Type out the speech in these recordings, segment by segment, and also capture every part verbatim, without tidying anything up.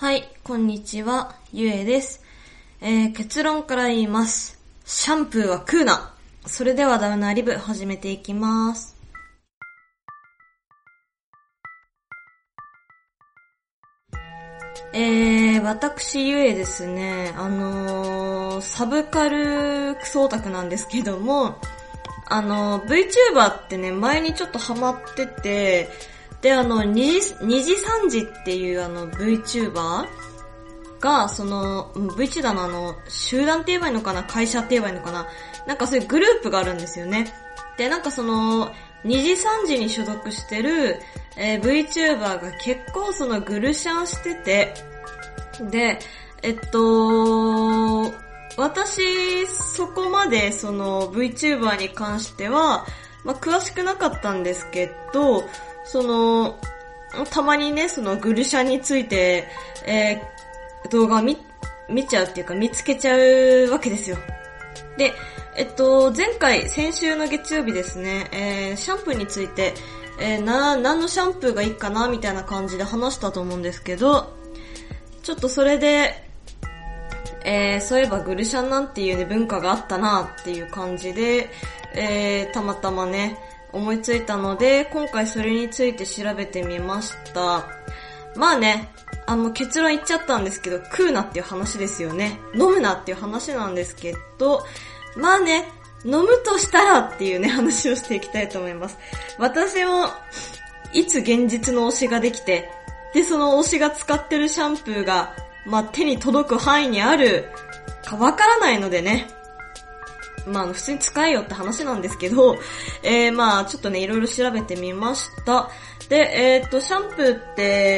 はい、こんにちは、ゆえです。えー、結論から言います。シャンプーは食うな。それではダウナーリブ始めていきます。えー、私ゆえですね、あのー、サブカルクソオタクなんですけども、あのー、VTuber ってね、前にちょっとハマってて、で、あの、二次、二次三次っていうあの VTuberが、その、VTuber のあの、集団って言えばいいのかな、会社って言えばいいのかな、なんかそういうグループがあるんですよね。で、なんかその、二次三次に所属してる、えー、VTuber が結構そのグルシャンしてて、で、えっと、私、そこまでその VTuber に関しては、まあ、詳しくなかったんですけど、その、たまにね、そのグルシャンについて、えー、動画を見、見ちゃうっていうか見つけちゃうわけですよ。で、えっと、前回、先週の月曜日ですね、えー、シャンプーについて、えー、な、何のシャンプーがいいかなみたいな感じで話したと思うんですけど、ちょっとそれで、えー、そういえばグルシャンなんていうね、文化があったなっていう感じで、えー、たまたまね、思いついたので、今回それについて調べてみました。まあね、あの結論言っちゃったんですけど、食うなっていう話ですよね。飲むなっていう話なんですけど、まあね、飲むとしたらっていうね、話をしていきたいと思います。私も、いつ現実の推しができて、で、その推しが使ってるシャンプーが、まあ手に届く範囲にあるかわからないのでね、まあ普通に使えよって話なんですけど、えー、まあちょっとね、いろいろ調べてみました。で、えーっと、シャンプーって、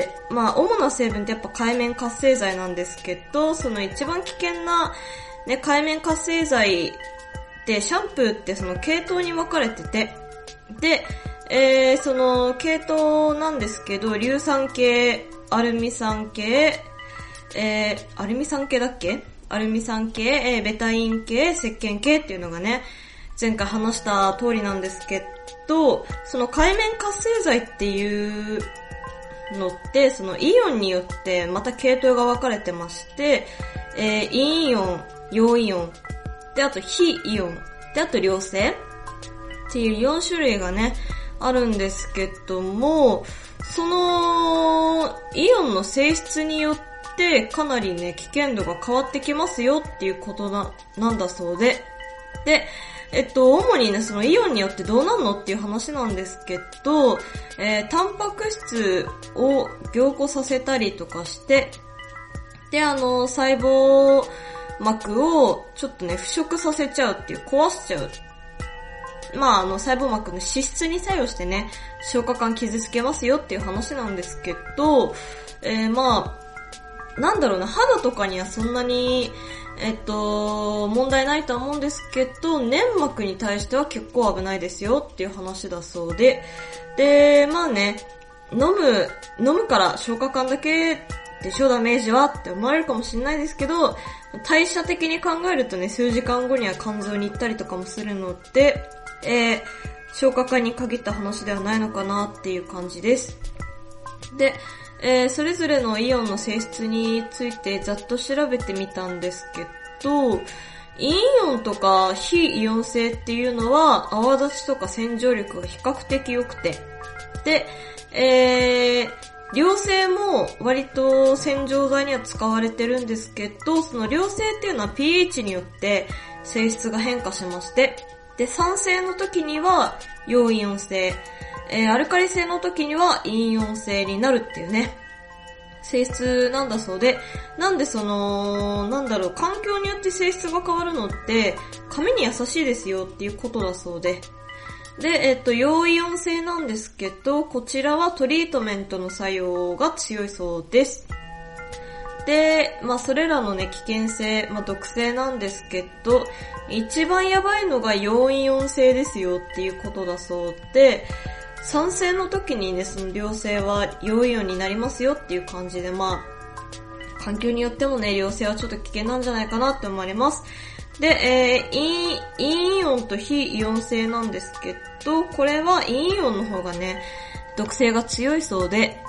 まあ主な成分ってやっぱ界面活性剤なんですけど、その一番危険な、ね、界面活性剤で、シャンプーってその系統に分かれてて、で、えー、その系統なんですけど、硫酸系、アルミ酸系、えー、アルミ酸系だっけ？アルミ酸系、えー、ベタイン系、石鹸系っていうのがね、前回話した通りなんですけど、その界面活性剤っていうのって、そのイオンによってまた系統が分かれてまして、えー、陰イオン、陽イオン、で、あと非イオン、で、あと良性っていうよん種類がね、あるんですけども、そのイオンの性質によってでかなりね、危険度が変わってきますよっていうことな、なんだそうで。で、えっと、主にね、そのイオンによってどうなんのっていう話なんですけど、えー、タンパク質を凝固させたりとかして、で、あの、細胞膜をちょっとね、腐食させちゃうっていう、壊しちゃう。まあ、あの、細胞膜の脂質に作用してね、消化管傷つけますよっていう話なんですけど、えー、まあ、なんだろうな、肌とかにはそんなに、えっと、問題ないとは思うんですけど、粘膜に対しては結構危ないですよっていう話だそうで、で、まあね、飲む、飲むから消化管だけでしょ、ダメージはって思われるかもしれないですけど、代謝的に考えるとね、数時間後には肝臓に行ったりとかもするので、えー、消化管に限った話ではないのかなっていう感じです。で、えー、それぞれのイオンの性質についてざっと調べてみたんですけど、陰イオンとか非イオン性っていうのは泡立ちとか洗浄力が比較的良くて、で、えー、良性も割と洗浄剤には使われてるんですけど、その良性っていうのは pH によって性質が変化しまして、で、酸性の時には陽イオン性、えー、アルカリ性の時には陰イオン性になるっていうね、性質なんだそうで、なんでその、なんだろう、環境によって性質が変わるのって、髪に優しいですよっていうことだそうで。で、えっと、陽イオン性なんですけど、こちらはトリートメントの作用が強いそうです。で、まあそれらのね、危険性、まあ毒性なんですけど、一番やばいのが陽イオン性ですよっていうことだそうで、酸性の時にね、その良性は陽イオンになりますよっていう感じで、まあ、環境によってもね、良性はちょっと危険なんじゃないかなって思われます。で、えー、陰、陰イオンと非イオン性なんですけど、これは陰イオンの方がね、毒性が強いそうで、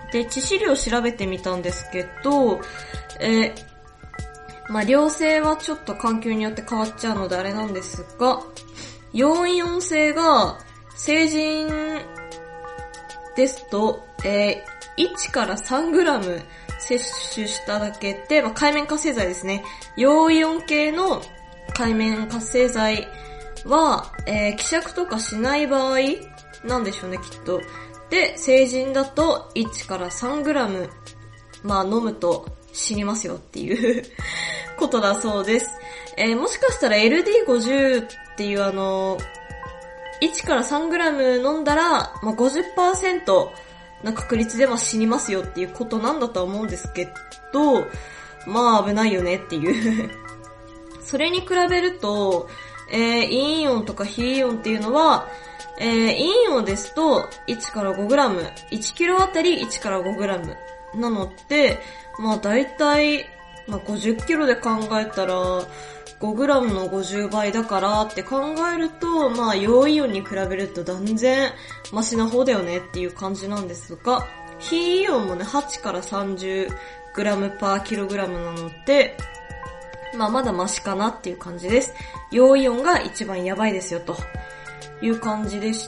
で、致死量調べてみたんですけど、えー、まあ、良性はちょっと環境によって変わっちゃうのであれなんですが、陽イオン性が成人ですと、えー、いちからさんグラム摂取しただけで、まあ、界面活性剤ですね。陽イオン系の界面活性剤は、えー、希釈とかしない場合なんでしょうね、きっと。で、成人だといちからさんグラム、まあ飲むと死にますよっていうことだそうです。えー、もしかしたら エルディーごじゅう っていうあの、いちからさんグラム飲んだら、まあ、ごじゅっパーセント の確率でまあ死にますよっていうことなんだとは思うんですけど、まあ危ないよねっていうそれに比べると、えー、陰イオンとか非イオンっていうのは、えー、陰イオンですといちからごグラム、いちキロあたりいちからごグラムなので、まあ大体、まあ、ごじゅっキロで考えたらごグラムのごじゅうばいだからって考えると、まあ陽イオンに比べると断然マシな方だよねっていう感じなんですが、非イオンもねはちからさんじゅうグラムパーキログラムなので、まあまだマシかなっていう感じです。陽イオンが一番やばいですよという感じでした。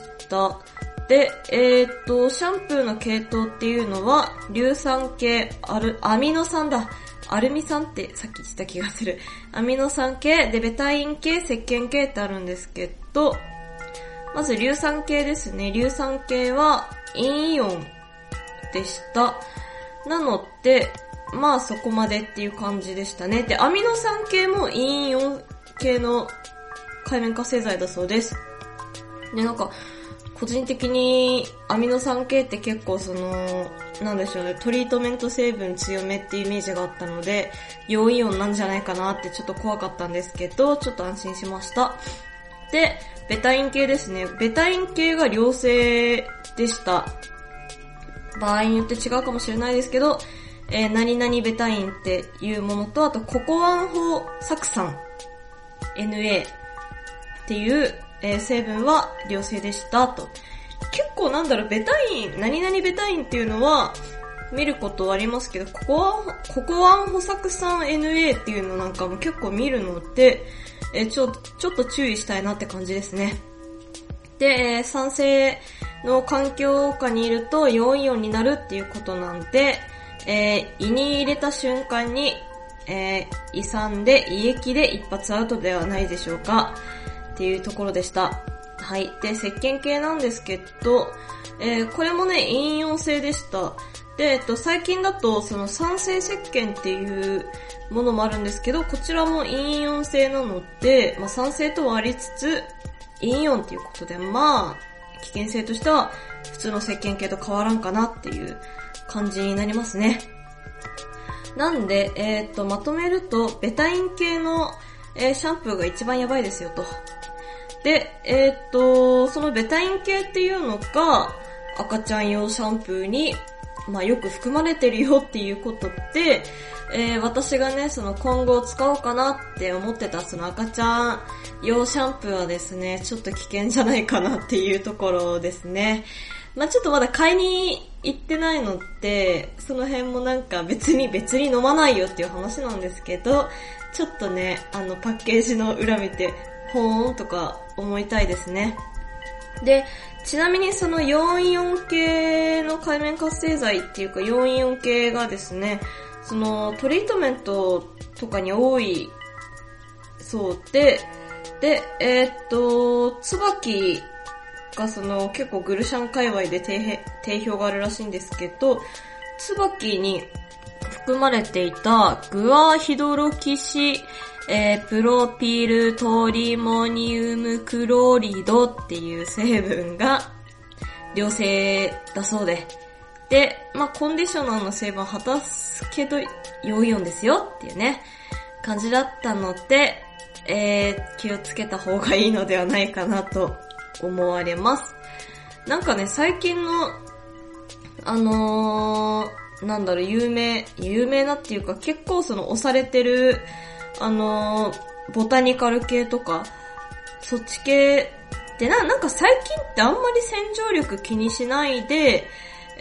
で、えー、っと、シャンプーの系統っていうのは、硫酸系、アル、アミノ酸だ。アルミ酸ってさっき言った気がする。アミノ酸系、で、ベタイン系、石鹸系ってあるんですけど、まず硫酸系ですね。硫酸系は、陰イオンでした。なので、まあそこまでっていう感じでしたね。で、アミノ酸系も陰イオン系の界面活性剤だそうです。で、なんか、個人的にアミノ酸系って結構その、なんでしょうね、トリートメント成分強めっていうイメージがあったので、陽イオンなんじゃないかなってちょっと怖かったんですけど、ちょっと安心しました。で、ベタイン系ですね。ベタイン系が良性でした。場合によって違うかもしれないですけど、えー、何々ベタインっていうものと、あとココアンホ酢酸 エヌエー っていう、えー、成分は良性でしたと。結構なんだろう、ベタイン、何々ベタインっていうのは見ることありますけど、ココアン、ココアンホ酢酸 エヌエー っていうのなんかも結構見るので、えー、ちょ、ちょっと注意したいなって感じですね。で、えー、酸性の環境下にいると陽イオンになるっていうことなんで、えー、胃に入れた瞬間に、えー、胃酸で胃液で一発アウトではないでしょうかっていうところでした。はい。で、石鹸系なんですけど、えー、これもね、陰イオン性でした。で、えっと、最近だと、その酸性石鹸っていうものもあるんですけど、こちらも陰イオン性なので、まあ、酸性とはありつつ、陰イオンっていうことで、まあ、危険性としては、普通の石鹸系と変わらんかなっていう感じになりますね。なんで、えー、っと、まとめると、ベタイン系の、えー、シャンプーが一番やばいですよと。で、えー、っと、そのベタイン系っていうのが、赤ちゃん用シャンプーに、まあよく含まれてるよっていうことで、えー、私がね、その今後使おうかなって思ってたその赤ちゃん用シャンプーはですね、ちょっと危険じゃないかなっていうところですね。まあちょっとまだ買いに行ってないので、その辺もなんか別に別に飲まないよっていう話なんですけど、ちょっとね、あのパッケージの裏見て、ほーんとか思いたいですね。で、ちなみにその陽イオン系の界面活性剤っていうか陽イオン系がですね、そのトリートメントとかに多いそうで、で、えー、っと、椿がその結構グルシャン界隈で定, 定評があるらしいんですけど、椿に含まれていたグアヒドロキシえー、プロピルトリモニウムクロリドっていう成分が良性だそうで。で、まあ、コンディショナーの成分を果たすけど、陽イオンですよっていうね、感じだったので、えー、気をつけた方がいいのではないかなと思われます。なんかね、最近の、あのー、なんだろう、有名、有名なっていうか結構その押されてる、あのー、ボタニカル系とか、そっち系ってな、なんか最近ってあんまり洗浄力気にしないで、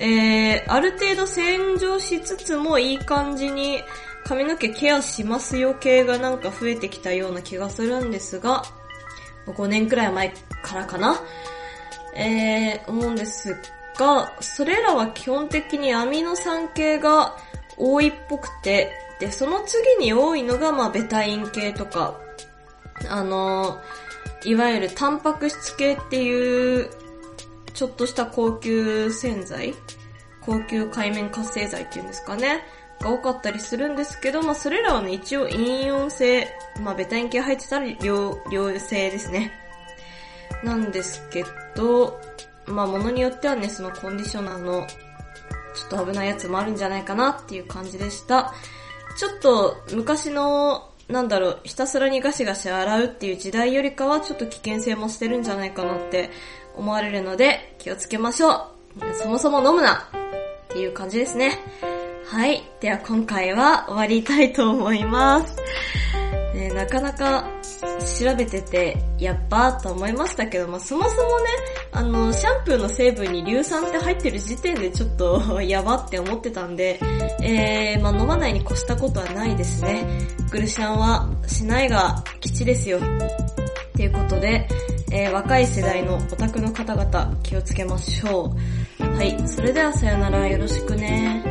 えー、ある程度洗浄しつつもいい感じに髪の毛ケアしますよ系がなんか増えてきたような気がするんですが、ごねんくらい前からかな、えー、思うんですが、それらは基本的にアミノ酸系が多いっぽくて、で、その次に多いのが、まあ、ベタイン系とか、あのー、いわゆるタンパク質系っていう、ちょっとした高級洗剤、高級界面活性剤っていうんですかね、が多かったりするんですけど、まあ、それらはね、一応陰陽性、まあ、ベタイン系入ってたら良、良性ですね。なんですけど、まあ、ものによってはね、そのコンディショナーの、ちょっと危ないやつもあるんじゃないかなっていう感じでした。ちょっと、昔の、なんだろう、ひたすらにガシガシ洗うっていう時代よりかは、ちょっと危険性もしてるんじゃないかなって思われるので、気をつけましょう。そもそも飲むなっていう感じですね。はい。では今回は終わりたいと思います。ね、なかなか調べてて、やっばーと思いましたけど、まあ、そもそもね、あの、シャンプーの成分に硫酸って入ってる時点でちょっとやばって思ってたんで、えー、まあ、飲まないに越したことはないですね。グルシャンはしないが吉ですよ。っていうことで、えー、若い世代のオタクの方々気をつけましょう。はい。それではさよなら、よろしくね。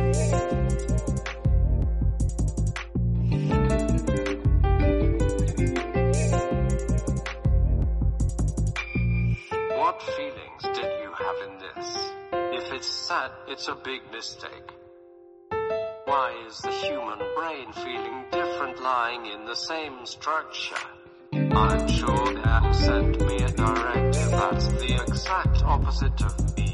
What feelings did you have in this? If it's sad, it's a big mistake. Why is the human brain feeling different lying in the same structure? I'm sure they have sent me a directive that's the exact opposite of me.